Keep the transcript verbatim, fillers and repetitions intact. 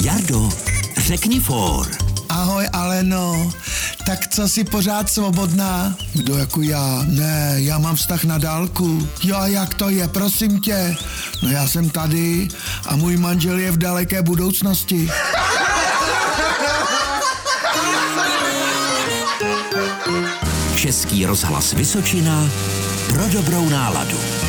Jardo, řekni for. Ahoj, Aleno. Tak co, jsi pořád svobodná? Kdo jako já? Ne, já mám vztah na dálku. Jo, a jak to je, prosím tě? No já jsem tady a můj manžel je v daleké budoucnosti. Český rozhlas Vysočina pro dobrou náladu.